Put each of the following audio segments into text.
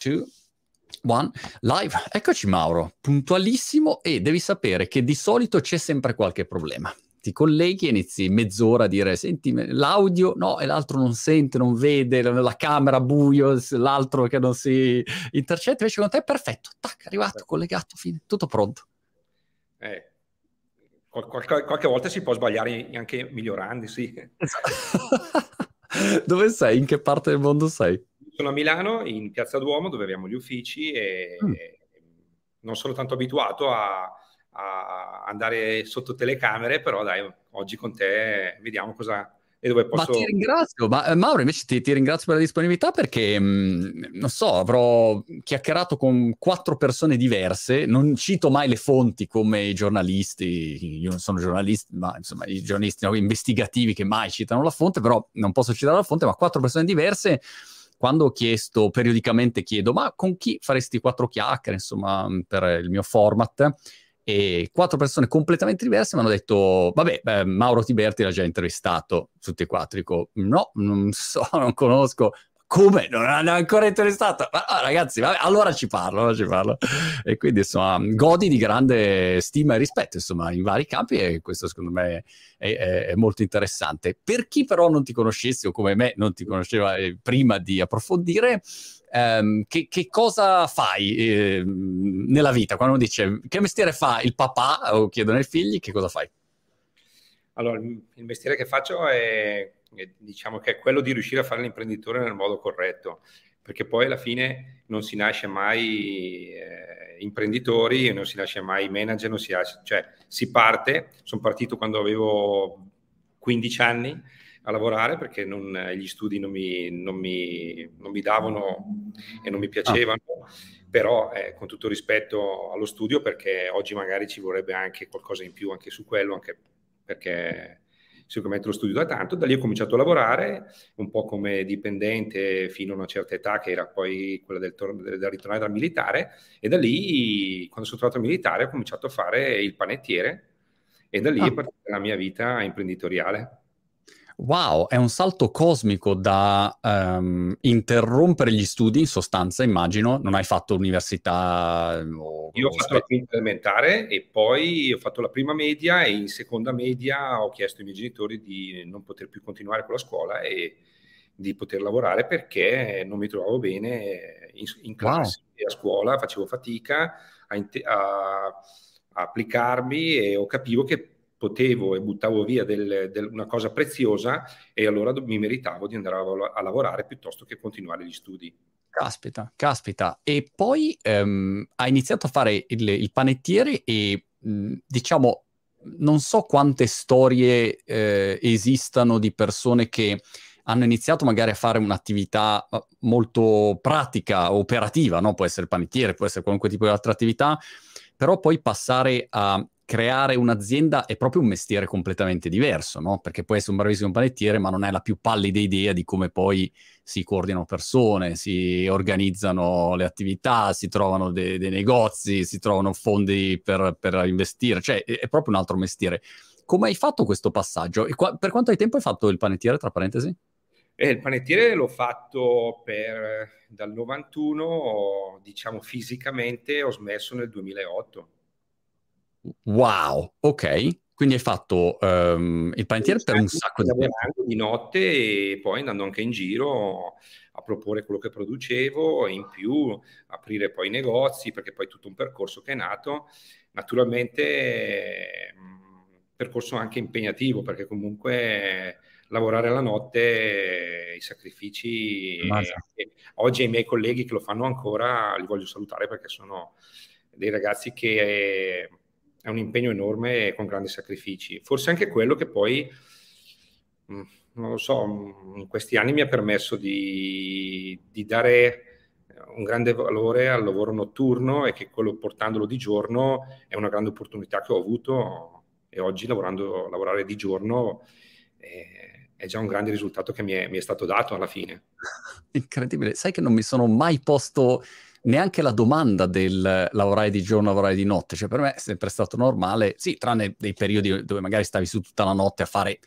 2, 1, live. Eccoci Mauro, puntualissimo, e devi sapere che di solito c'è sempre qualche problema. Ti colleghi e inizi mezz'ora a dire: senti, l'audio no, e l'altro non sente, non vede, la camera buio, l'altro che non si intercetta. Invece con te è perfetto, tac, arrivato, collegato, fine, tutto pronto. Qualche volta si può sbagliare anche migliorando, sì. Dove sei? In che parte del mondo sei? Sono a Milano, in Piazza Duomo, dove abbiamo gli uffici, e non sono tanto abituato a andare sotto telecamere, però dai, oggi con te vediamo cosa e dove posso... Ma ti ringrazio, Mauro, invece ti ringrazio per la disponibilità, perché non so, avrò chiacchierato con 4 persone diverse, non cito mai le fonti come i giornalisti, io non sono giornalista, ma insomma i giornalisti investigativi che mai citano la fonte, però non posso citare la fonte, ma 4 persone diverse. Quando ho chiesto, periodicamente chiedo, ma con chi faresti 4 chiacchiere, insomma, per il mio format? E 4 persone completamente diverse mi hanno detto: vabbè, Mauro Tiberti l'ha già intervistato. Tutti e 4 dico: no, non so, non conosco. Come? Non l'hanno ancora intervistato? Ma ragazzi, vabbè, allora ci parlo. E quindi insomma godi di grande stima e rispetto, insomma, in vari campi, e questo secondo me è molto interessante. Per chi però non ti conoscesse, o come me non ti conosceva prima di approfondire, che cosa fai nella vita? Quando uno dice che mestiere fa il papà, o chiedono ai figli, che cosa fai? Allora, il mestiere che faccio diciamo che è quello di riuscire a fare l'imprenditore nel modo corretto, perché poi alla fine non si nasce mai imprenditori, non si nasce mai manager, cioè si parte. Sono partito quando avevo 15 anni a lavorare, perché gli studi non mi davano e non mi piacevano. Però con tutto rispetto allo studio, perché oggi magari ci vorrebbe anche qualcosa in più anche su quello, anche perché sicuramente lo studio da tanto. Da lì ho cominciato a lavorare un po' come dipendente fino a una certa età, che era poi quella del ritornare dal militare, e da lì, quando sono tornato al militare, ho cominciato a fare il panettiere, e da lì è partita la mia vita imprenditoriale. Wow, è un salto cosmico da interrompere gli studi, in sostanza, immagino. Non hai fatto università? Io ho fatto la quinta elementare e poi ho fatto la prima media, e in seconda media ho chiesto ai miei genitori di non poter più continuare con la scuola e di poter lavorare, perché non mi trovavo bene in classe. A scuola facevo fatica a applicarmi, e capivo che potevo e buttavo via una cosa preziosa, e allora mi meritavo di andare a lavorare piuttosto che continuare gli studi. Caspita. E poi hai iniziato a fare il panettiere, e diciamo, non so quante storie esistano di persone che hanno iniziato magari a fare un'attività molto pratica, operativa, no? Può essere il panettiere, può essere qualunque tipo di altra attività, però poi passare a creare un'azienda è proprio un mestiere completamente diverso, no? Perché puoi essere un bravissimo panettiere, ma non hai la più pallida idea di come poi si coordinano persone, si organizzano le attività, si trovano dei negozi, si trovano fondi per investire, cioè è proprio un altro mestiere. Come hai fatto questo passaggio? E per quanto tempo hai fatto il panettiere, tra parentesi? Il panettiere l'ho fatto dal 91, diciamo fisicamente ho smesso nel 2008. Wow, ok. Quindi hai fatto il panettiere per un sacco di tempo. Lavorando di notte, e poi andando anche in giro a proporre quello che producevo, e in più aprire poi i negozi, perché poi è tutto un percorso che è nato. Naturalmente percorso anche impegnativo, perché comunque lavorare la notte, i sacrifici, oggi ai miei colleghi che lo fanno ancora li voglio salutare, perché sono dei ragazzi che è un impegno enorme con grandi sacrifici. Forse anche quello che poi, non lo so, in questi anni mi ha permesso di dare un grande valore al lavoro notturno, e che quello, portandolo di giorno, è una grande opportunità che ho avuto, e oggi lavorare di giorno è già un grande risultato che mi è stato dato alla fine. Incredibile. Sai che non mi sono mai posto neanche la domanda del lavorare di giorno, lavorare di notte. Cioè, per me è sempre stato normale, sì, tranne dei periodi dove magari stavi su tutta la notte a fare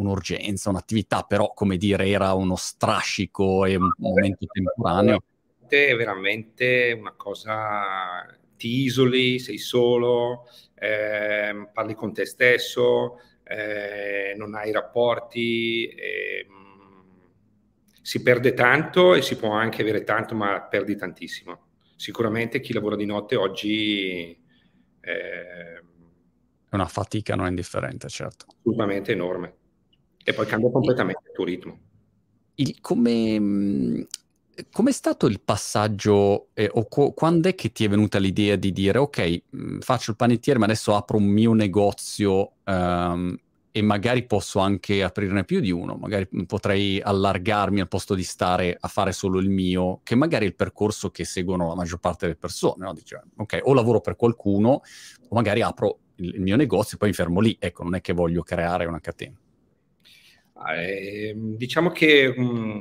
un'urgenza, un'attività, però, come dire, era uno strascico e un momento temporaneo. notte è veramente una cosa, ti isoli, sei solo, parli con te stesso, non hai rapporti, si perde tanto e si può anche avere tanto, ma perdi tantissimo. Sicuramente chi lavora di notte oggi è È una fatica non indifferente, certo. assolutamente enorme. E poi cambia completamente il tuo ritmo. Com'è stato il passaggio, quando è che ti è venuta l'idea di dire, ok, faccio il panettiere, ma adesso apro un mio negozio, e magari posso anche aprirne più di uno, magari potrei allargarmi al posto di stare a fare solo il mio, che magari è il percorso che seguono la maggior parte delle persone, no? Dice, ok, o lavoro per qualcuno, o magari apro il mio negozio e poi mi fermo lì. Ecco, non è che voglio creare una catena. Diciamo che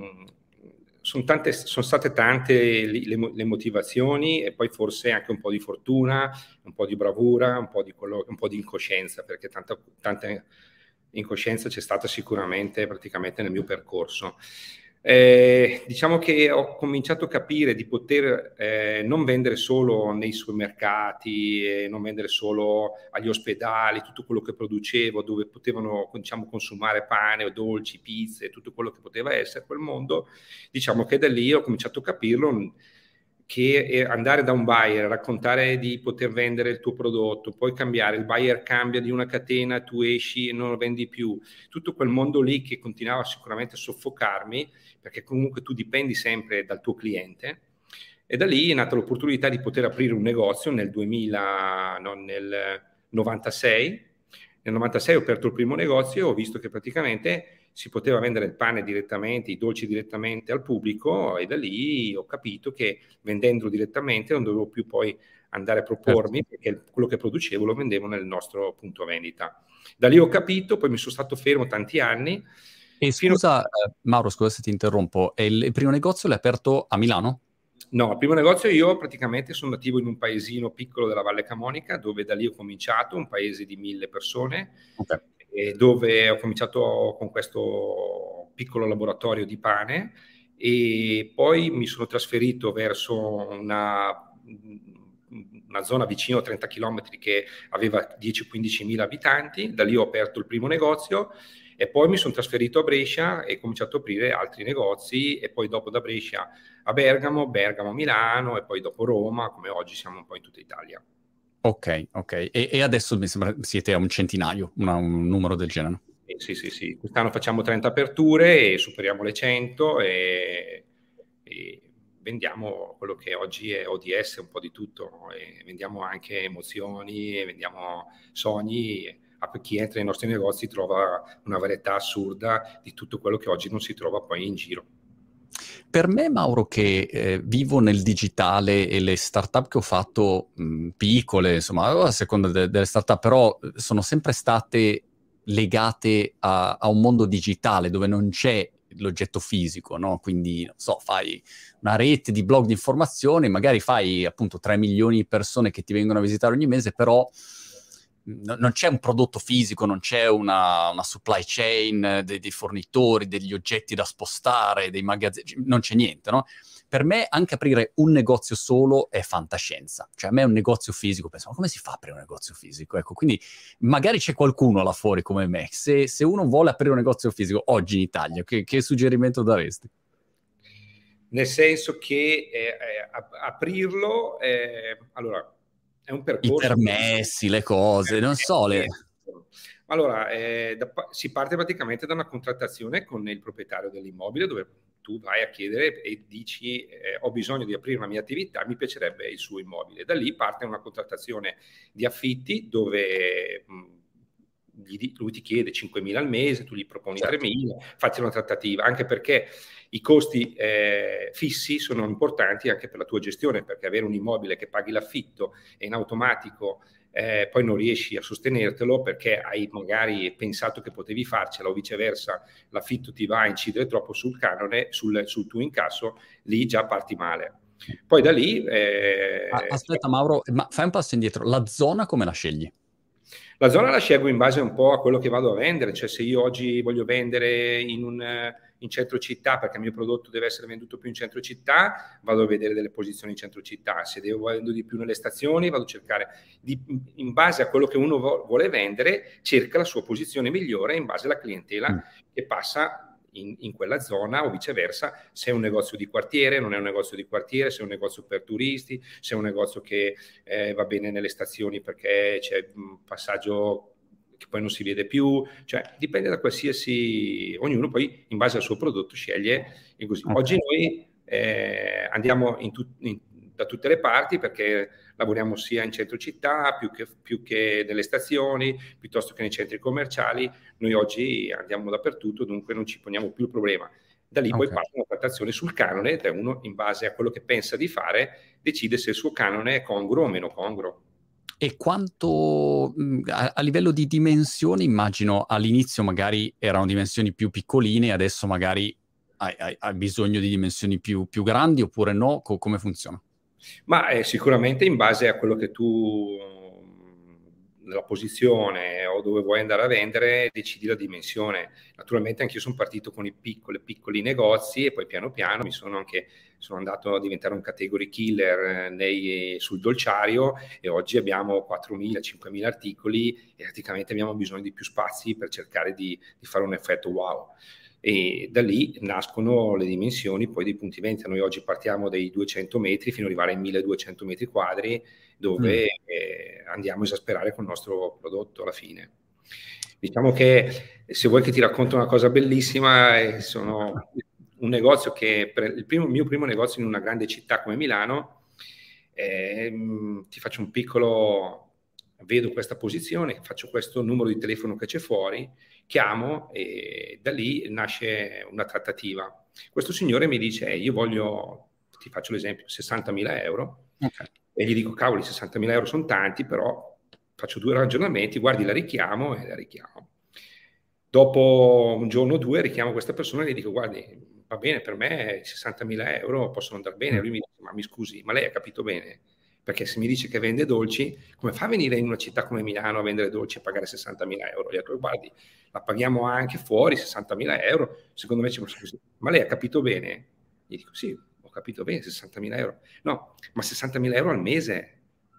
sono state tante le motivazioni e poi forse anche un po' di fortuna, un po' di bravura, un po' di incoscienza, perché tanta incoscienza c'è stata sicuramente praticamente nel mio percorso. Diciamo che ho cominciato a capire di poter non vendere solo nei supermercati, non vendere solo agli ospedali, tutto quello che producevo, dove potevano, diciamo, consumare pane, dolci, pizze, tutto quello che poteva essere quel mondo. Diciamo che da lì ho cominciato a capirlo, che andare da un buyer, raccontare di poter vendere il tuo prodotto, poi cambiare, il buyer cambia di una catena, tu esci e non lo vendi più, tutto quel mondo lì che continuava sicuramente a soffocarmi, perché comunque tu dipendi sempre dal tuo cliente, e da lì è nata l'opportunità di poter aprire un negozio nel 2000, no, nel 96. Nel 96 ho aperto il primo negozio e ho visto che praticamente si poteva vendere il pane direttamente, i dolci direttamente al pubblico, e da lì ho capito che vendendolo direttamente non dovevo più poi andare a propormi, perché quello che producevo lo vendevo nel nostro punto vendita. Da lì ho capito, poi mi sono stato fermo tanti anni. E scusa, Mauro, scusa se ti interrompo, il primo negozio l'hai aperto a Milano? No, il primo negozio io praticamente sono nativo in un paesino piccolo della Valle Camonica, dove da lì ho cominciato, un paese di 1000 persone, Ok. dove ho cominciato con questo piccolo laboratorio di pane, e poi mi sono trasferito verso una zona vicino a 30 km che aveva 10-15 mila abitanti. Da lì ho aperto il primo negozio e poi mi sono trasferito a Brescia e ho cominciato a aprire altri negozi, e poi dopo da Brescia a Bergamo, Bergamo a Milano e poi dopo Roma, come oggi siamo un po' in tutta Italia. Ok, ok. E adesso mi sembra siete a un centinaio, un numero del genere. Sì, sì, sì. Quest'anno facciamo 30 aperture e superiamo le 100, e vendiamo quello che oggi è ODS, un po' di tutto, e vendiamo anche emozioni, e vendiamo sogni. A chi entra nei nostri negozi trova una varietà assurda di tutto quello che oggi non si trova poi in giro. Per me, Mauro, che vivo nel digitale e le startup che ho fatto, piccole, insomma, a seconda delle startup, però sono sempre state legate a un mondo digitale dove non c'è l'oggetto fisico, no? Quindi, non so, fai una rete di blog di informazioni, magari fai appunto 3 milioni di persone che ti vengono a visitare ogni mese, però non c'è un prodotto fisico, non c'è una supply chain dei fornitori, degli oggetti da spostare, dei magazzini, non c'è niente, no? Per me anche aprire un negozio solo è fantascienza. Cioè a me un negozio fisico, penso, ma come si fa a aprire un negozio fisico? Ecco, quindi magari c'è qualcuno là fuori come me. Se uno vuole aprire un negozio fisico oggi in Italia, che suggerimento daresti? Nel senso che aprirlo, allora, è un I percorso. permessi, le cose, non so, Allora, si parte praticamente da una contrattazione con il proprietario dell'immobile, dove tu vai a chiedere e dici ho bisogno di aprire una mia attività, mi piacerebbe il suo immobile. Da lì parte una contrattazione di affitti dove lui ti chiede 5.000 al mese, tu gli proponi, certo, 3.000, fatti una trattativa, anche perché i costi fissi sono importanti anche per la tua gestione, perché avere un immobile che paghi l'affitto e in automatico poi non riesci a sostenertelo perché hai magari pensato che potevi farcela, o viceversa l'affitto ti va a incidere troppo sul canone, sul tuo incasso, lì già parti male. Poi da lì... Aspetta Mauro, ma fai un passo indietro, la zona come la scegli? La zona la scelgo in base un po' a quello che vado a vendere, cioè se io oggi voglio vendere in in centro città perché il mio prodotto deve essere venduto più in centro città, vado a vedere delle posizioni in centro città. Se devo vendere di più nelle stazioni, vado a cercare, in base a quello che uno vuole vendere, cerca la sua posizione migliore in base alla clientela che passa in quella zona, o viceversa, se è un negozio di quartiere, non è un negozio di quartiere, se è un negozio per turisti, se è un negozio che va bene nelle stazioni perché c'è un passaggio che poi non si vede più, cioè dipende da qualsiasi, ognuno poi in base al suo prodotto sceglie e così. Okay. Oggi noi andiamo da tutte le parti perché lavoriamo sia in centro città più che nelle stazioni, piuttosto che nei centri commerciali. Noi oggi andiamo dappertutto, dunque non ci poniamo più il problema. Da lì poi parte una trattazione sul canone, e uno in base a quello che pensa di fare decide se il suo canone è congruo o meno congruo. E quanto a livello di dimensioni, immagino all'inizio magari erano dimensioni più piccoline, adesso magari hai bisogno di dimensioni più grandi oppure no? Come funziona? Ma sicuramente in base a quello che tu, la posizione o dove vuoi andare a vendere, decidi la dimensione. Naturalmente anch'io sono partito con i piccoli negozi e poi piano piano sono andato a diventare un category killer sul dolciario e oggi abbiamo 4.000-5.000 articoli e praticamente abbiamo bisogno di più spazi per cercare di fare un effetto wow. E da lì nascono le dimensioni poi dei punti vendita. Noi oggi partiamo dai 200 metri fino ad arrivare ai 1.200 metri quadri dove andiamo a esasperare con il nostro prodotto alla fine. Diciamo che se vuoi che ti racconto una cosa bellissima, sono un negozio che il mio primo negozio in una grande città come Milano, ti faccio un piccolo, vedo questa posizione, faccio questo numero di telefono che c'è fuori, chiamo e da lì nasce una trattativa. Questo signore mi dice, io voglio, ti faccio l'esempio, 60.000 euro. Okay. E gli dico, cavoli, 60.000 euro sono tanti, però faccio 2 ragionamenti, guardi, la richiamo e la richiamo. Dopo un giorno o 2 richiamo questa persona e gli dico, guardi, va bene, per me 60.000 euro possono andare bene. Lui mi dice, ma mi scusi, ma lei ha capito bene? Perché se mi dice che vende dolci, come fa a venire in una città come Milano a vendere dolci e pagare 60.000 euro? Gli ho detto, guardi, la paghiamo anche fuori, 60.000 euro, secondo me ma lei ha capito bene? Gli dico, sì, ho capito bene, 60.000 euro. No, ma 60.000 euro al mese?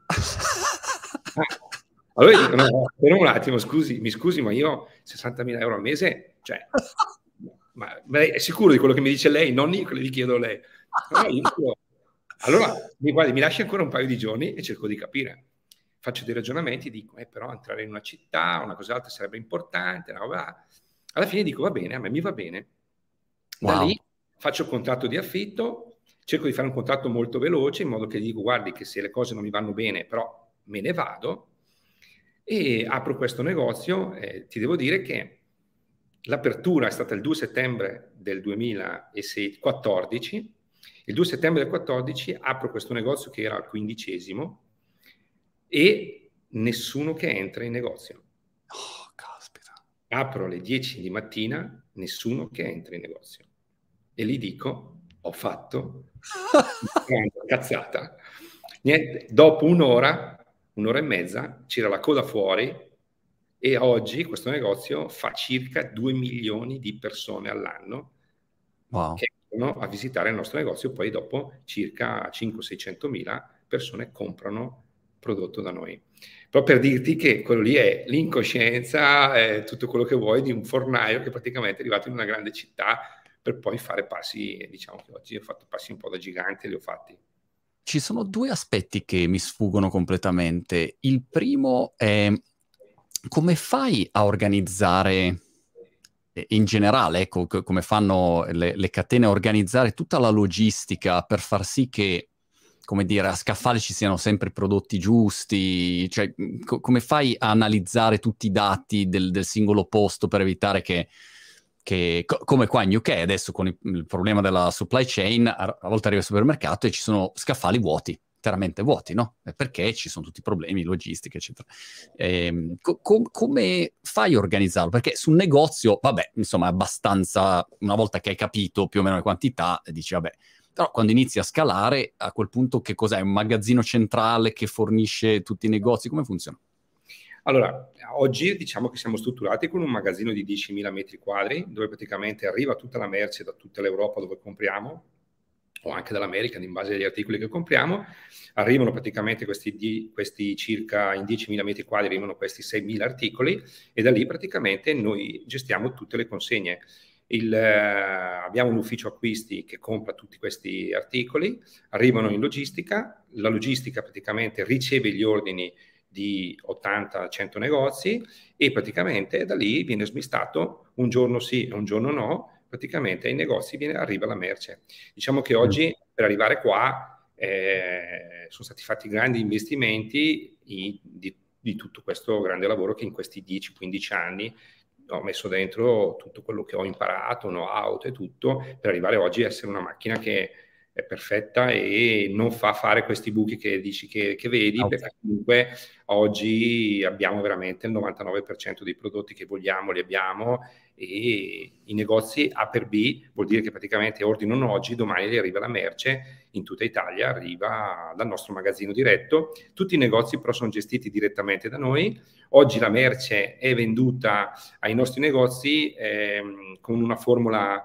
Allora gli dico, no, per un attimo, mi scusi, ma io 60.000 euro al mese, cioè, ma lei è sicuro di quello che mi dice lei, non io che le chiedo a lei? No, io dico, allora, guardi, mi lasci ancora un paio di giorni e cerco di capire. Faccio dei ragionamenti, dico, però entrare in una città, una cosa altra sarebbe importante, no? Alla fine dico, va bene, a me mi va bene. Da lì faccio il contratto di affitto, cerco di fare un contratto molto veloce, in modo che dico, guardi, che se le cose non mi vanno bene, però me ne vado, e apro questo negozio. Ti devo dire che l'apertura è stata il 2 settembre del 2014. Il 2 settembre del 2014 apro questo negozio che era al 15° e nessuno che entra in negozio. Oh, caspita. Apro alle 10 di mattina, nessuno che entra in negozio. E gli dico, ho fatto una cazzata. Niente, dopo un'ora e mezza, c'era la coda fuori e oggi questo negozio fa circa 2 milioni di persone all'anno che vengono a visitare il nostro negozio, poi dopo circa 500-600 mila persone comprano prodotto da noi. Però per dirti che quello lì è l'incoscienza, è tutto quello che vuoi di un fornaio che praticamente è arrivato in una grande città per poi fare passi, diciamo che oggi ho fatto passi un po' da gigante, li ho fatti. Ci sono 2 aspetti che mi sfuggono completamente. Il primo è come fai a organizzare, in generale, ecco, come fanno le catene a organizzare tutta la logistica per far sì che, come dire, a scaffale ci siano sempre i prodotti giusti, cioè come fai a analizzare tutti i dati del singolo posto per evitare che come qua in UK adesso con il problema della supply chain, a volte arrivi al supermercato e ci sono scaffali vuoti, interamente vuoti, no? Perché ci sono tutti i problemi, logistiche, eccetera. Come fai a organizzarlo? Perché sul negozio, vabbè, insomma, è abbastanza, una volta che hai capito più o meno le quantità, dici, vabbè, però quando inizi a scalare, a quel punto che cos'è? Un magazzino centrale che fornisce tutti i negozi? Come funziona? Allora, oggi diciamo che siamo strutturati con un magazzino di 10.000 metri quadri, dove praticamente arriva tutta la merce da tutta l'Europa dove compriamo, o anche dall'America, in base agli articoli che compriamo. Arrivano praticamente questi circa in 10.000 metri quadri, arrivano questi 6.000 articoli, e da lì praticamente noi gestiamo tutte le consegne. Abbiamo un ufficio acquisti che compra tutti questi articoli, arrivano in logistica, la logistica praticamente riceve gli ordini di 80-100 negozi, e praticamente da lì viene smistato un giorno sì e un giorno no, praticamente ai negozi arriva la merce. Diciamo che oggi per arrivare qua sono stati fatti grandi investimenti di tutto questo grande lavoro che in questi 10-15 anni ho messo dentro tutto quello che ho imparato, know-how e tutto, per arrivare oggi a essere una macchina che è perfetta e non fa fare questi buchi che dici che vedi, Okay. perché comunque oggi abbiamo veramente il 99% dei prodotti che vogliamo, li abbiamo, e i negozi A per B vuol dire che praticamente ordinano oggi, domani gli arriva la merce in tutta Italia, arriva dal nostro magazzino diretto. Tutti i negozi però sono gestiti direttamente da noi. Oggi la merce è venduta ai nostri negozi con una formula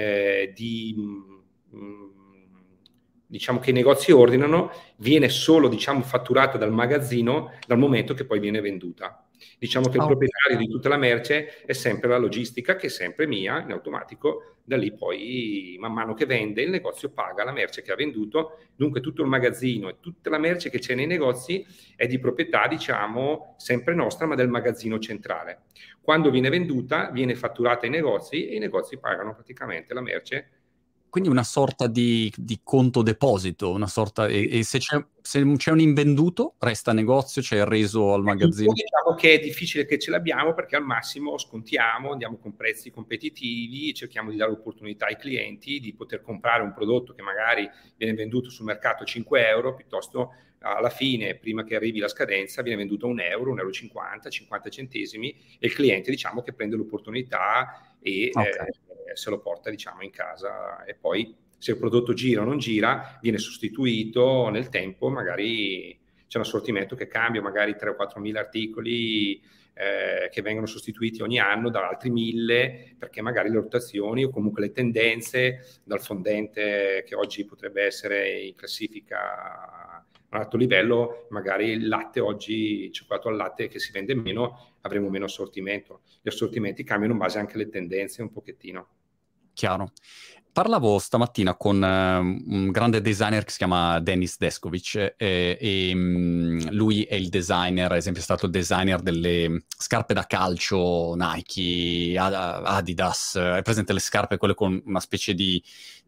diciamo che i negozi ordinano, viene solo diciamo fatturata dal magazzino dal momento che poi viene venduta. Diciamo che il proprietario di tutta la merce è sempre la logistica, che è sempre mia, in automatico. Da lì poi, man mano che vende, il negozio paga la merce che ha venduto. Dunque tutto il magazzino e tutta la merce che c'è nei negozi è di proprietà, diciamo, sempre nostra, ma del magazzino centrale. Quando viene venduta, viene fatturata ai negozi, e i negozi pagano praticamente la merce. Quindi una sorta di conto deposito, una sorta, e se c'è un invenduto, resta a negozio, c'è il reso al magazzino? Diciamo che è difficile che ce l'abbiamo, perché al massimo scontiamo, andiamo con prezzi competitivi, cerchiamo di dare opportunità ai clienti di poter comprare un prodotto che magari viene venduto sul mercato a 5 euro, piuttosto alla fine, prima che arrivi la scadenza, viene venduto a 1 euro, 1,50 euro, 50 centesimi, e il cliente diciamo che prende l'opportunità e Okay. se lo porta diciamo in casa, e poi se il prodotto gira o non gira viene sostituito nel tempo, magari c'è un assortimento che cambia, magari 3 o 4 mila articoli che vengono sostituiti ogni anno da altri 1000, perché magari le rotazioni o comunque le tendenze, dal fondente che oggi potrebbe essere in classifica a un alto livello, magari il latte oggi, il cioccolato al latte che si vende meno, avremo meno assortimento. Gli assortimenti cambiano in base anche alle tendenze un pochettino. Chiaro. Parlavo stamattina con un grande designer che si chiama Denis Deskovic, lui è il designer, ad esempio è stato il designer delle scarpe da calcio Nike, Adidas, è presente le scarpe quelle con una specie di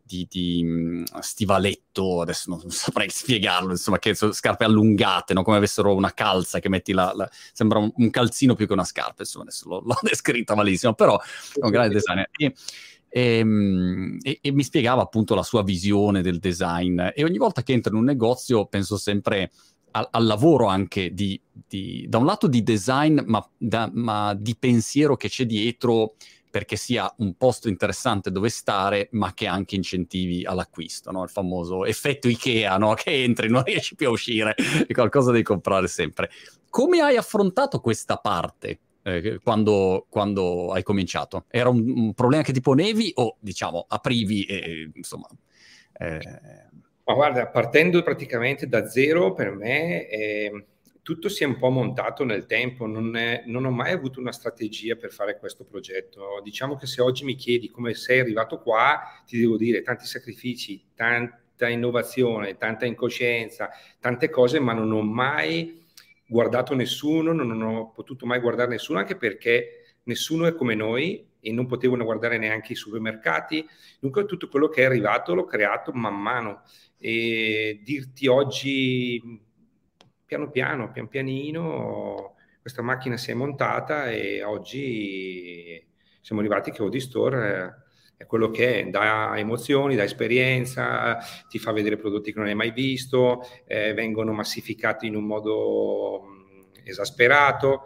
stivaletto, adesso non saprei spiegarlo, insomma, che sono scarpe allungate, no? Come avessero una calza che metti sembra un calzino più che una scarpa, insomma, adesso l'ho descritta malissimo, però è un grande designer. E mi spiegava appunto la sua visione del design, e ogni volta che entro in un negozio penso sempre al lavoro anche da un lato di design, ma di pensiero che c'è dietro, perché sia un posto interessante dove stare, ma che anche incentivi all'acquisto, no? Il famoso effetto Ikea, no? Che entri, non riesci più a uscire e qualcosa devi comprare sempre. Come hai affrontato questa parte? Quando hai cominciato? Era un problema che ti ponevi o, diciamo, aprivi e insomma... Ma guarda, partendo praticamente da zero, per me tutto si è un po' montato nel tempo, non ho mai avuto una strategia per fare questo progetto. Diciamo che se oggi mi chiedi come sei arrivato qua, ti devo dire tanti sacrifici, tanta innovazione, tanta incoscienza, tante cose, ma non ho mai guardato nessuno, non ho potuto mai guardare nessuno, anche perché nessuno è come noi e non potevano guardare neanche i supermercati. Dunque tutto quello che è arrivato l'ho creato man mano, e dirti oggi pian pianino questa macchina si è montata, e oggi siamo arrivati che Odistore è quello che è, dà emozioni, dà esperienza, ti fa vedere prodotti che non hai mai visto, vengono massificati in un modo esasperato.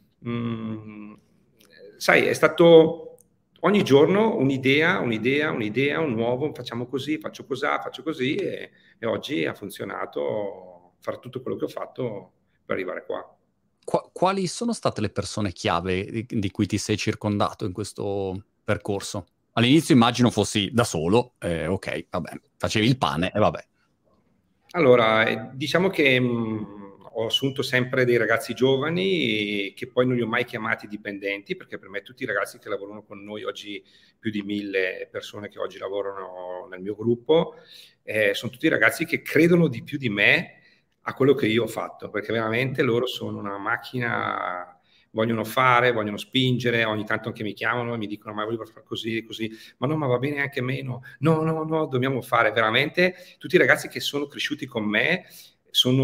Sai, è stato ogni giorno un'idea, un nuovo, facciamo così, faccio così, e oggi ha funzionato fare tutto quello che ho fatto per arrivare qua. Quali sono state le persone chiave di cui ti sei circondato in questo percorso? All'inizio immagino fossi da solo, ok, vabbè, facevi il pane e vabbè. Allora, diciamo che ho assunto sempre dei ragazzi giovani che poi non li ho mai chiamati dipendenti, perché per me tutti i ragazzi che lavorano con noi oggi, più di 1000 persone che oggi lavorano nel mio gruppo, sono tutti ragazzi che credono di più di me a quello che io ho fatto, perché veramente loro sono una macchina, vogliono fare, vogliono spingere, ogni tanto anche mi chiamano e mi dicono ma voglio fare così, così, ma no, ma va bene anche meno, no, no, no, dobbiamo fare veramente, tutti i ragazzi che sono cresciuti con me sono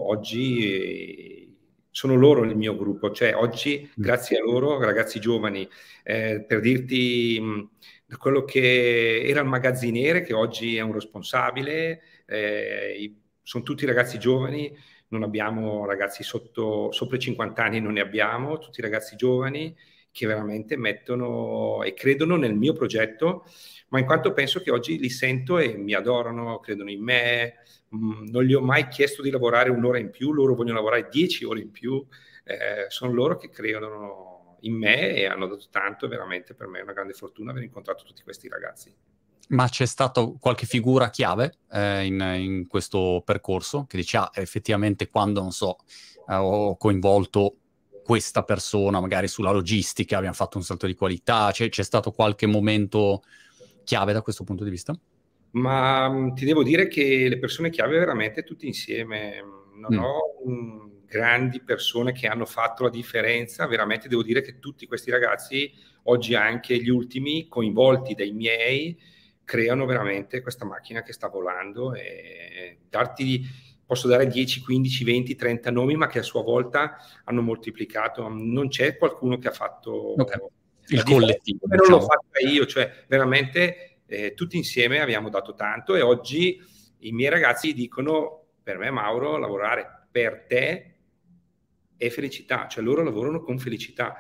oggi, sono loro il mio gruppo, cioè oggi grazie a loro, ragazzi giovani, per dirti da quello che era il magazziniere che oggi è un responsabile, sono tutti ragazzi giovani, non abbiamo ragazzi sopra i 50 anni, non ne abbiamo, tutti ragazzi giovani che veramente mettono e credono nel mio progetto, ma in quanto penso che oggi li sento e mi adorano, credono in me, non gli ho mai chiesto di lavorare un'ora in più, loro vogliono lavorare 10 ore in più, sono loro che credono in me e hanno dato tanto, veramente per me è una grande fortuna aver incontrato tutti questi ragazzi. Ma c'è stata qualche figura chiave in questo percorso che dice, effettivamente quando, non so, ho coinvolto questa persona magari sulla logistica, abbiamo fatto un salto di qualità, c'è stato qualche momento chiave da questo punto di vista? Ma ti devo dire che le persone chiave veramente tutti insieme, non ho grandi persone che hanno fatto la differenza, veramente devo dire che tutti questi ragazzi, oggi anche gli ultimi, coinvolti dai miei, creano veramente questa macchina che sta volando e posso dare 10, 15, 20, 30 nomi, ma che a sua volta hanno moltiplicato. Non c'è qualcuno che ha fatto il collettivo, non l'ho fatta io, cioè veramente tutti insieme abbiamo dato tanto e oggi i miei ragazzi dicono, per me Mauro, lavorare per te è felicità, cioè loro lavorano con felicità.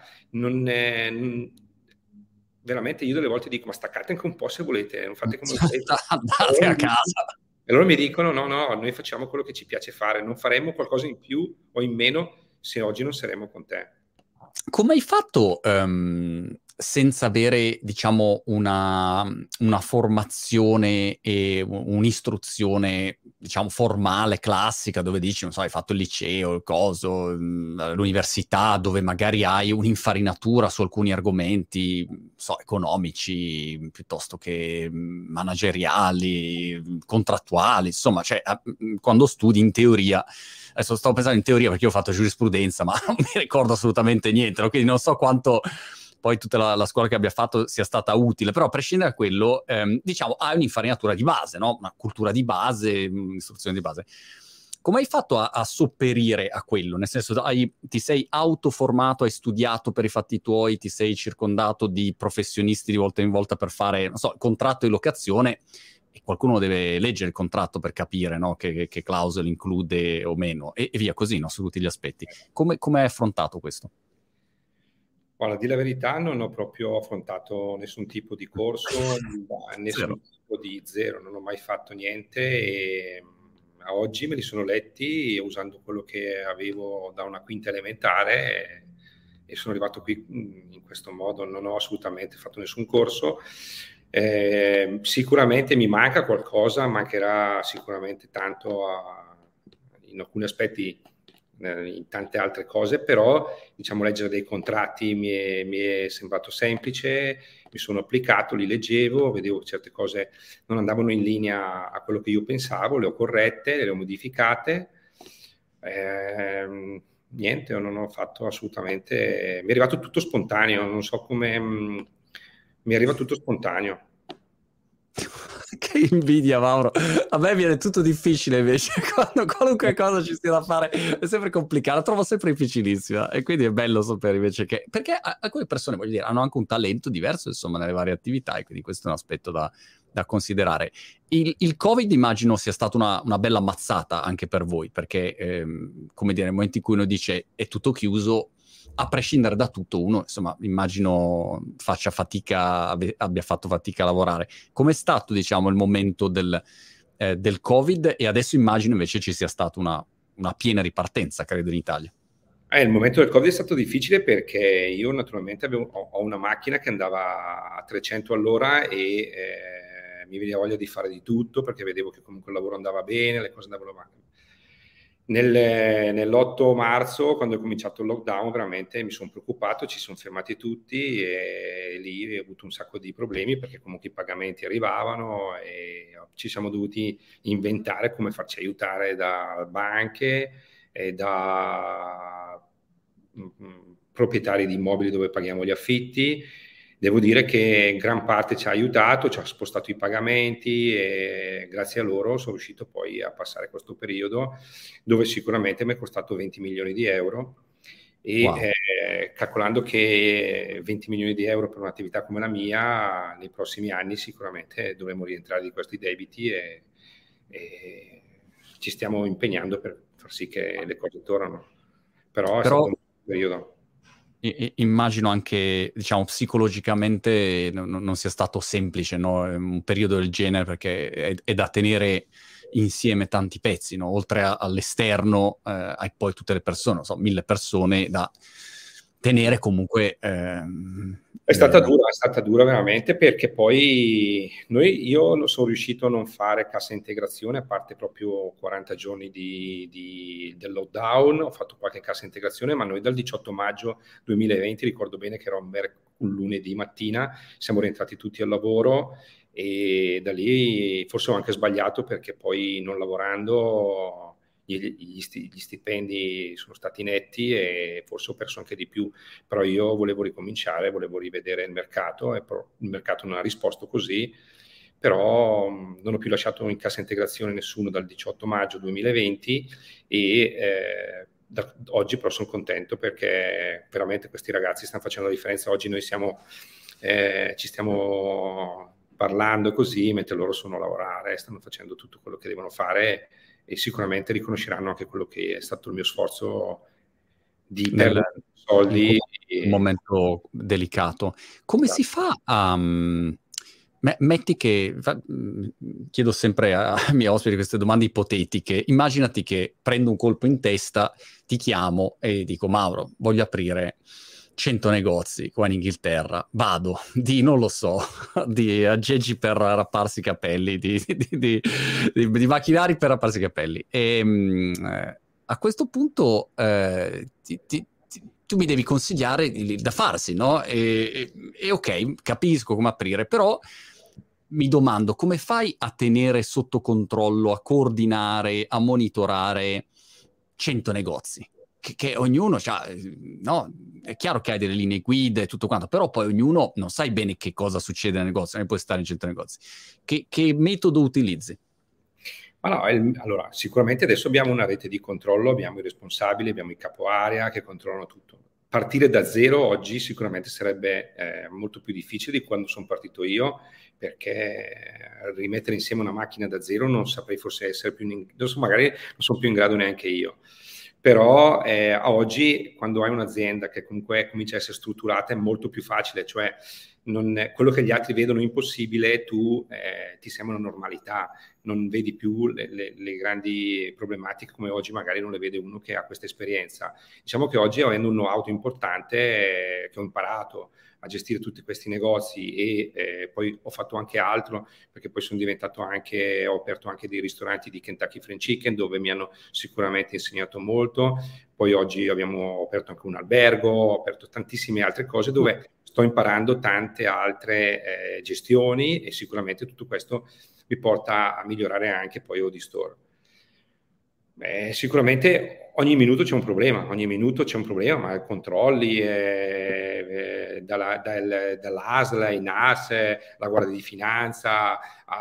Veramente io delle volte dico ma staccate anche un po' se volete, non fate come volete, andate a casa. E loro mi dicono no, noi facciamo quello che ci piace fare, non faremo qualcosa in più o in meno se oggi non saremo con te. Come hai fatto senza avere, diciamo, una formazione e un'istruzione, diciamo, formale, classica, dove dici, non so, hai fatto il liceo, il coso, l'università, dove magari hai un'infarinatura su alcuni argomenti, non so, economici, piuttosto che manageriali, contrattuali, insomma, cioè, quando studi in teoria. Adesso stavo pensando in teoria perché io ho fatto giurisprudenza, ma non mi ricordo assolutamente niente, no? Quindi non so quanto poi tutta la scuola che abbia fatto sia stata utile, però a prescindere da quello, diciamo, hai un'infarinatura di base, no? Una cultura di base, un'istruzione di base. Come hai fatto a sopperire a quello? Nel senso, ti sei autoformato, hai studiato per i fatti tuoi, ti sei circondato di professionisti di volta in volta per fare, non so, il contratto di locazione, e qualcuno deve leggere il contratto per capire, no, che clausole include o meno, e via così, no, su tutti gli aspetti. Come hai affrontato questo? Guarda, di la verità non ho proprio affrontato nessun tipo di corso, nessun tipo di zero, non ho mai fatto niente e a oggi me li sono letti usando quello che avevo da una quinta elementare e sono arrivato qui in questo modo, non ho assolutamente fatto nessun corso. Sicuramente mi manca qualcosa, mancherà sicuramente tanto in alcuni aspetti, in tante altre cose, però diciamo leggere dei contratti mi è sembrato semplice, mi sono applicato, li leggevo, vedevo che certe cose non andavano in linea a quello che io pensavo, le ho corrette, le ho modificate. Niente, non ho fatto assolutamente, mi è arrivato tutto spontaneo, non so come mi arriva tutto spontaneo. Che invidia, Mauro. A me viene tutto difficile invece, quando qualunque cosa ci sia da fare è sempre complicato, la trovo sempre difficilissima e quindi è bello sapere invece che, perché alcune persone, voglio dire, hanno anche un talento diverso insomma nelle varie attività e quindi questo è un aspetto da considerare. Il Covid immagino sia stata una bella mazzata anche per voi, perché come dire, nel momento in cui uno dice è tutto chiuso, a prescindere da tutto, uno, insomma, immagino faccia fatica, abbia fatto fatica a lavorare. Com'è stato, diciamo, il momento del Covid? E adesso immagino invece ci sia stata una piena ripartenza, credo, in Italia. Il momento del Covid è stato difficile perché io naturalmente ho una macchina che andava a 300 all'ora e mi veniva voglia di fare di tutto perché vedevo che comunque il lavoro andava bene, le cose andavano bene. Nell'8 marzo, quando è cominciato il lockdown, veramente mi sono preoccupato, ci sono fermati tutti e lì ho avuto un sacco di problemi perché comunque i pagamenti arrivavano e ci siamo dovuti inventare come farci aiutare da banche e da proprietari di immobili dove paghiamo gli affitti. Devo dire che in gran parte ci ha aiutato, ci ha spostato i pagamenti e grazie a loro sono riuscito poi a passare questo periodo dove sicuramente mi è costato 20 milioni di euro e Wow. calcolando che 20 milioni di euro per un'attività come la mia, nei prossimi anni sicuramente dovremo rientrare di questi debiti e ci stiamo impegnando per far sì che le cose tornano. Però è Però stato un periodo. immagino anche, diciamo, psicologicamente non sia stato semplice, no? Un periodo del genere, perché è da tenere insieme tanti pezzi, no? Oltre all'esterno, hai poi tutte le persone, non so, 1000 persone da tenere comunque. È stata dura veramente perché poi io sono riuscito a non fare cassa integrazione a parte proprio 40 giorni del lockdown, ho fatto qualche cassa integrazione, ma noi dal 18 maggio 2020, ricordo bene che era un lunedì mattina, siamo rientrati tutti al lavoro e da lì forse ho anche sbagliato perché poi non lavorando gli stipendi sono stati netti e forse ho perso anche di più, però io volevo ricominciare, volevo rivedere il mercato e il mercato non ha risposto così, però non ho più lasciato in cassa integrazione nessuno dal 18 maggio 2020 e oggi però sono contento perché veramente questi ragazzi stanno facendo la differenza. Oggi noi ci stiamo parlando così, mentre loro sono a lavorare, stanno facendo tutto quello che devono fare e sicuramente riconosceranno anche quello che è stato il mio sforzo di nel, perdere in soldi. un momento delicato. Come si fa a... metti che... chiedo sempre ai miei ospiti queste domande ipotetiche. Immaginati che prendo un colpo in testa, ti chiamo e dico: Mauro, voglio aprire 100 negozi qua in Inghilterra. Vado di, non lo so, di aggeggi per rapparsi i capelli, di macchinari per rapparsi i capelli. A questo punto tu mi devi consigliare da farsi, no? E ok, capisco come aprire, però mi domando come fai a tenere sotto controllo, a coordinare, a monitorare 100 negozi? Che ognuno c'ha, no? È chiaro che hai delle linee guida e tutto quanto, però poi ognuno non sai bene che cosa succede nel negozio, non puoi stare in 100 negozi. Che metodo utilizzi? Ma no, allora, sicuramente adesso abbiamo una rete di controllo, abbiamo i responsabili, abbiamo i capo area che controllano tutto. Partire da zero oggi sicuramente sarebbe molto più difficile di quando sono partito io, perché rimettere insieme una macchina da zero non saprei forse essere adesso magari non sono più in grado neanche io. Però a oggi, quando hai un'azienda che comunque comincia a essere strutturata, è molto più facile, cioè quello che gli altri vedono impossibile, tu ti sembra una normalità, non vedi più le grandi problematiche come oggi magari non le vede uno che ha questa esperienza. Diciamo che oggi, avendo un know-how importante che ho imparato a gestire tutti questi negozi e poi ho fatto anche altro, perché poi ho aperto anche dei ristoranti di Kentucky Fried Chicken dove mi hanno sicuramente insegnato molto. Poi oggi ho aperto anche un albergo, ho aperto tantissime altre cose dove sto imparando tante altre gestioni e sicuramente tutto questo mi porta a migliorare anche poi Odi Store. Sicuramente ogni minuto c'è un problema, ma controlli dall'ASL ai NAS, la Guardia di Finanza,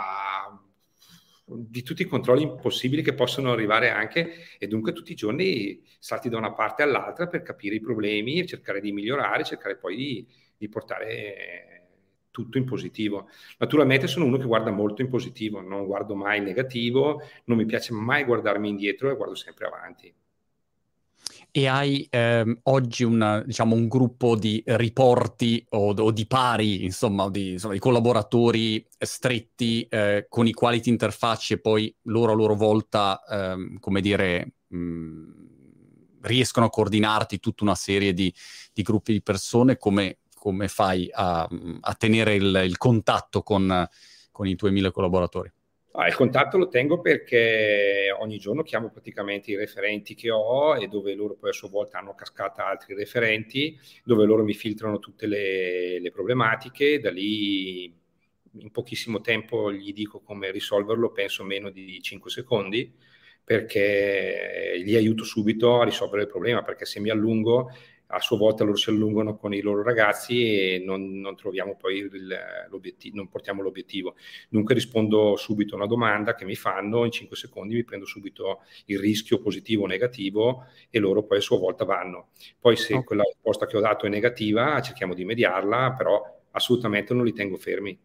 di tutti i controlli possibili che possono arrivare anche e dunque tutti i giorni salti da una parte all'altra per capire i problemi e cercare di migliorare, cercare poi di portare tutto in positivo. Naturalmente sono uno che guarda molto in positivo, non guardo mai in negativo, non mi piace mai guardarmi indietro e guardo sempre avanti. E hai oggi diciamo, un gruppo di riporti o di pari, insomma, di collaboratori stretti con i quali ti interfacci e poi loro a loro volta, come dire, riescono a coordinarti tutta una serie di gruppi di persone, come fai a tenere il contatto con i tuoi 1000 collaboratori? Il contatto lo tengo perché ogni giorno chiamo praticamente i referenti che ho, e dove loro poi a sua volta hanno cascata altri referenti, dove loro mi filtrano tutte le problematiche. Da lì in pochissimo tempo gli dico come risolverlo, penso meno di 5 secondi, perché li aiuto subito a risolvere il problema, perché se mi allungo, a sua volta loro si allungano con i loro ragazzi e non troviamo poi l'obiettivo, non portiamo l'obiettivo. Dunque rispondo subito a una domanda che mi fanno, in 5 secondi mi prendo subito il rischio positivo o negativo, e loro poi a sua volta vanno. Poi se quella risposta che ho dato è negativa, cerchiamo di mediarla, però assolutamente non li tengo fermi.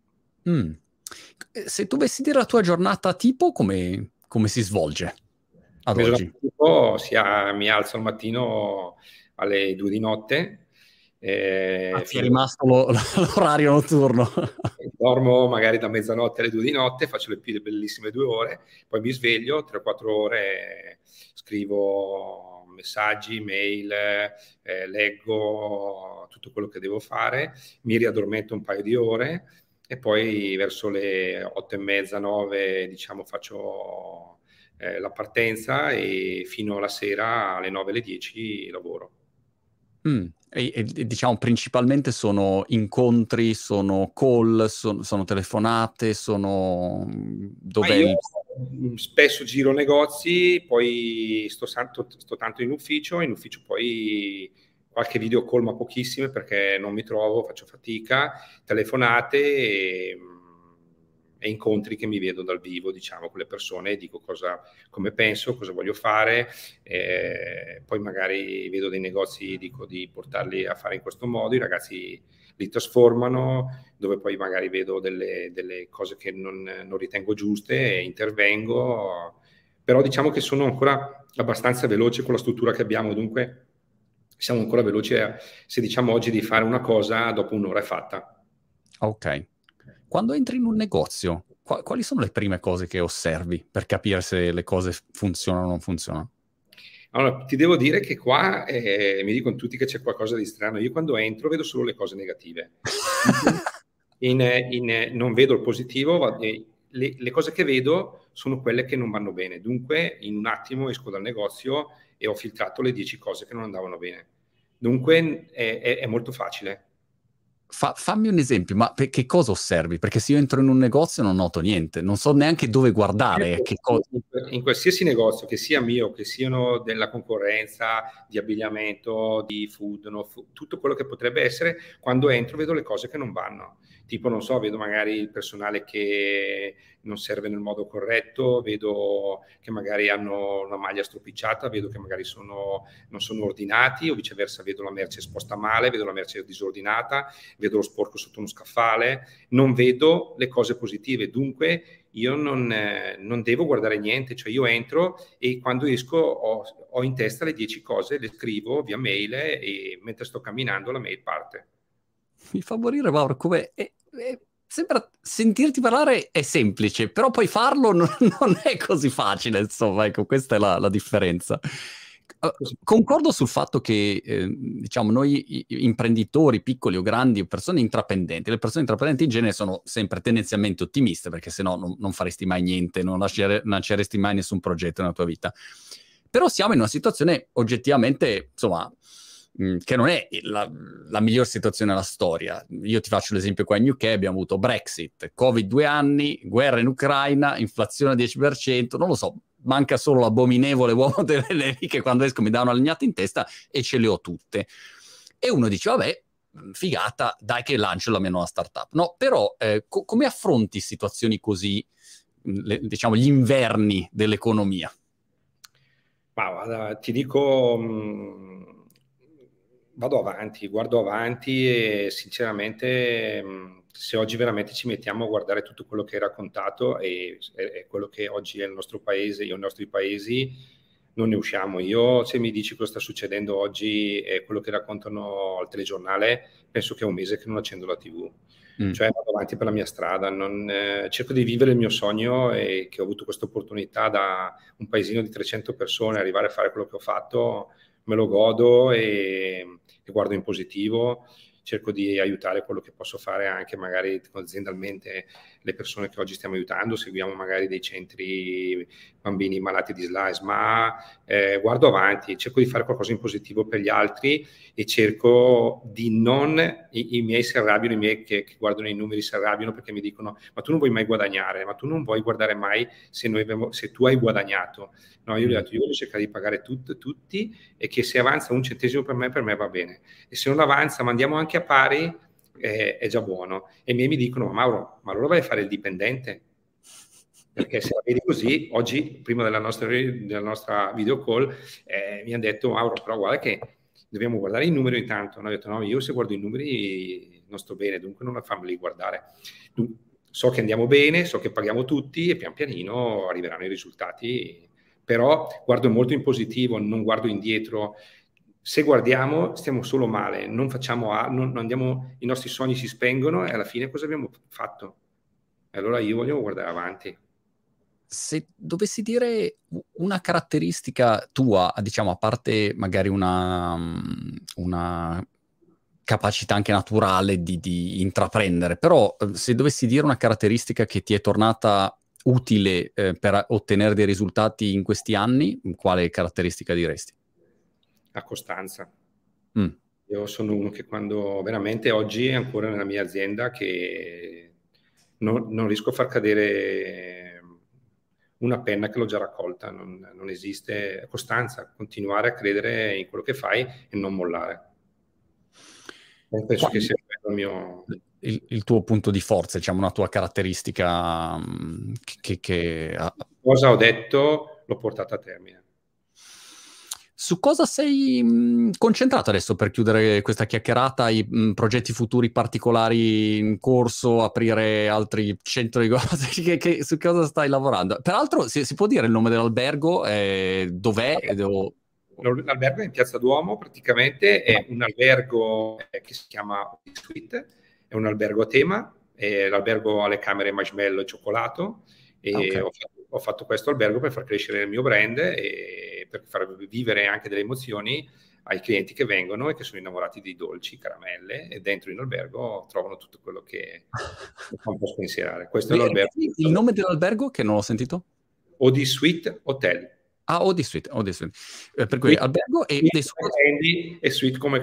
Se tu dovessi dire la tua giornata tipo, come si svolge ad oggi? Mi alzo al mattino alle 2 di notte. Ti è rimasto l'orario notturno? Dormo magari da mezzanotte alle 2 di notte, faccio le bellissime 2 ore, poi mi sveglio, 3-4 ore, scrivo messaggi, mail, leggo tutto quello che devo fare, mi riaddormento un paio di ore e poi verso le 8:30, 9, diciamo, faccio la partenza, e fino alla sera alle 9, alle 10 lavoro. E diciamo principalmente sono incontri, sono call, sono telefonate, sono Io spesso giro negozi, poi sto tanto in ufficio poi qualche video call, ma pochissime perché non mi trovo, faccio fatica, telefonate e incontri che mi vedo dal vivo, diciamo, con le persone, e dico come penso, cosa voglio fare, poi magari vedo dei negozi, dico di portarli a fare in questo modo, i ragazzi li trasformano, dove poi magari vedo delle cose che non ritengo giuste e intervengo, però diciamo che sono ancora abbastanza veloce con la struttura che abbiamo, dunque siamo ancora veloci se diciamo oggi di fare una cosa, dopo un'ora è fatta. Ok. Quando entri in un negozio, quali sono le prime cose che osservi per capire se le cose funzionano o non funzionano? Allora, ti devo dire che qua mi dicono tutti che c'è qualcosa di strano. Io quando entro vedo solo le cose negative. Non vedo il positivo, le cose che vedo sono quelle che non vanno bene. Dunque, in un attimo esco dal negozio e ho filtrato le 10 cose che non andavano bene. Dunque, è molto facile. Fammi un esempio, ma che cosa osservi? Perché se io entro in un negozio non noto niente, non so neanche dove guardare. In qualsiasi negozio, che sia mio, che siano della concorrenza, di abbigliamento, di food, tutto quello che potrebbe essere, quando entro vedo le cose che non vanno. Tipo, non so, vedo magari il personale che non serve nel modo corretto, vedo che magari hanno una maglia stropicciata, vedo che magari non sono ordinati, o viceversa vedo la merce esposta male, vedo la merce disordinata, vedo lo sporco sotto uno scaffale, non vedo le cose positive. Dunque io non devo guardare niente, cioè io entro e quando esco ho in testa le 10 cose, le scrivo via mail, e mentre sto camminando la mail parte. Mi fa morire, Mauro, come... sembra sentirti parlare è semplice, però poi farlo non è così facile, insomma, ecco, questa è la differenza. Concordo sul fatto che, diciamo, noi imprenditori, piccoli o grandi, o persone intraprendenti, le persone intraprendenti in genere sono sempre tendenzialmente ottimiste, perché sennò non faresti mai niente, non lanceresti mai nessun progetto nella tua vita. Però siamo in una situazione oggettivamente, insomma, che non è la miglior situazione della storia. Io ti faccio l'esempio qua in UK, abbiamo avuto Brexit, Covid 2 anni, guerra in Ucraina, inflazione al 10%, non lo so, manca solo l'abominevole uomo delle nevi che quando esco mi dà una legnata in testa e ce le ho tutte. E uno dice, vabbè, figata, dai che lancio la mia nuova startup. No, però come affronti situazioni così, diciamo, gli inverni dell'economia? Ma guarda, ti dico, vado avanti, guardo avanti, e sinceramente se oggi veramente ci mettiamo a guardare tutto quello che hai raccontato e quello che oggi è il nostro paese, i nostri paesi, non ne usciamo. Io, se mi dici cosa sta succedendo oggi e quello che raccontano al telegiornale, penso che è un mese che non accendo la TV. Cioè vado avanti per la mia strada, cerco di vivere il mio sogno, e che ho avuto questa opportunità da un paesino di 300 persone arrivare a fare quello che ho fatto, me lo godo e guardo in positivo. Cerco di aiutare quello che posso fare anche magari aziendalmente le persone che oggi stiamo aiutando, seguiamo magari dei centri bambini malati di SLA, ma guardo avanti, cerco di fare qualcosa in positivo per gli altri e cerco di non, i miei si arrabbiano, i miei che guardano i numeri si arrabbiano perché mi dicono ma tu non vuoi mai guadagnare, ma tu non vuoi guardare mai se tu hai guadagnato. No, io gli ho detto, io voglio cercare di pagare tutti, e che se avanza un centesimo per me va bene, e se non avanza ma andiamo anche a pari, è già buono. E i miei mi dicono, ma Mauro, ma allora vai a fare il dipendente? Perché se la vedi così, oggi, prima della nostra video call, mi hanno detto, Mauro, però guarda che dobbiamo guardare i numeri intanto. Hanno detto, no, io se guardo i numeri non sto bene, dunque non fammeli guardare. So che andiamo bene, so che paghiamo tutti e pian pianino arriveranno i risultati, però guardo molto in positivo, non guardo indietro. Se guardiamo stiamo solo male, non facciamo, non andiamo, i nostri sogni si spengono e alla fine cosa abbiamo fatto? E allora io voglio guardare avanti. Se dovessi dire una caratteristica tua, diciamo, a parte magari una capacità anche naturale di intraprendere, però se dovessi dire una caratteristica che ti è tornata utile per ottenere dei risultati in questi anni, quale caratteristica diresti? La costanza. Mm. Io sono uno che quando veramente oggi è ancora nella mia azienda che non riesco a far cadere una penna che l'ho già raccolta, non esiste costanza, continuare a credere in quello che fai e non mollare. Penso che sia il mio... Il tuo punto di forza, diciamo, una tua caratteristica che Cosa ho detto l'ho portata a termine. Su cosa sei concentrato adesso per chiudere questa chiacchierata? Hai progetti futuri particolari in corso, aprire altri 100 di cose? Su cosa stai lavorando? Peraltro, si può dire il nome dell'albergo? Dov'è? L'albergo è in Piazza Duomo, praticamente è un albergo che si chiama Suite, è un albergo a tema, l'albergo ha le camere marshmallow e cioccolato, e Okay. ho fatto questo albergo per far crescere il mio brand e per far vivere anche delle emozioni ai clienti che vengono e che sono innamorati di dolci, caramelle, e dentro in albergo trovano tutto quello che fa un po' spensierare. Questo è l'albergo. Il nome dell'albergo che non ho sentito? Odi Suite Hotel. Ah, Odi Suite. Per cui albergo e Suite come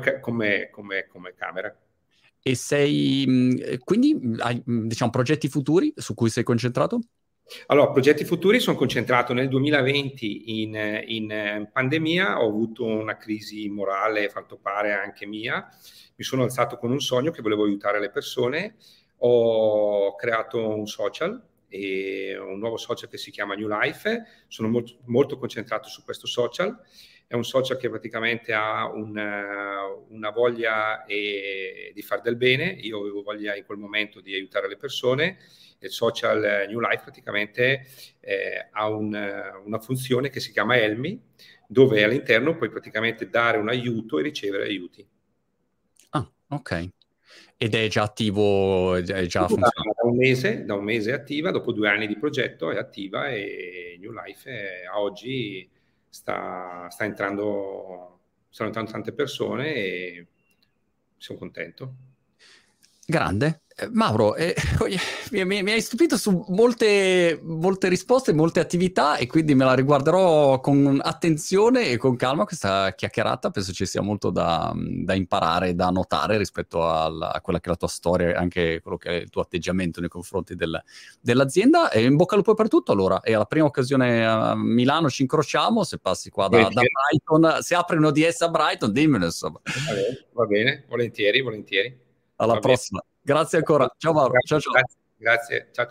camera. E quindi hai, diciamo, progetti futuri su cui sei concentrato? Allora, progetti futuri sono concentrato nel 2020 in pandemia, ho avuto una crisi morale, fatto pare anche mia, mi sono alzato con un sogno che volevo aiutare le persone, ho creato un social, e un nuovo social che si chiama New Life, sono molto, molto concentrato su questo social, è un social che praticamente ha una voglia di far del bene, io avevo voglia in quel momento di aiutare le persone. Il social New Life praticamente ha una funzione che si chiama Elmi, dove all'interno puoi praticamente dare un aiuto e ricevere aiuti. Ah, ok. Ed è già attivo, è già funziona? Da un mese è attiva, dopo 2 anni di progetto è attiva, e New Life a oggi stanno entrando tante persone e sono contento. Grande. Mauro, mi hai stupito su molte risposte, molte attività, e quindi me la riguarderò con attenzione e con calma questa chiacchierata. Penso ci sia molto da imparare, da notare rispetto a quella che è la tua storia e anche quello che è il tuo atteggiamento nei confronti dell'azienda. E in bocca al lupo per tutto, allora. E alla prima occasione a Milano ci incrociamo, se passi qua da Brighton, se apri un ODS a Brighton, dimmelo, insomma. Va bene, volentieri. Alla prossima. Grazie ancora. Ciao Mauro. Ciao. Grazie. Ciao.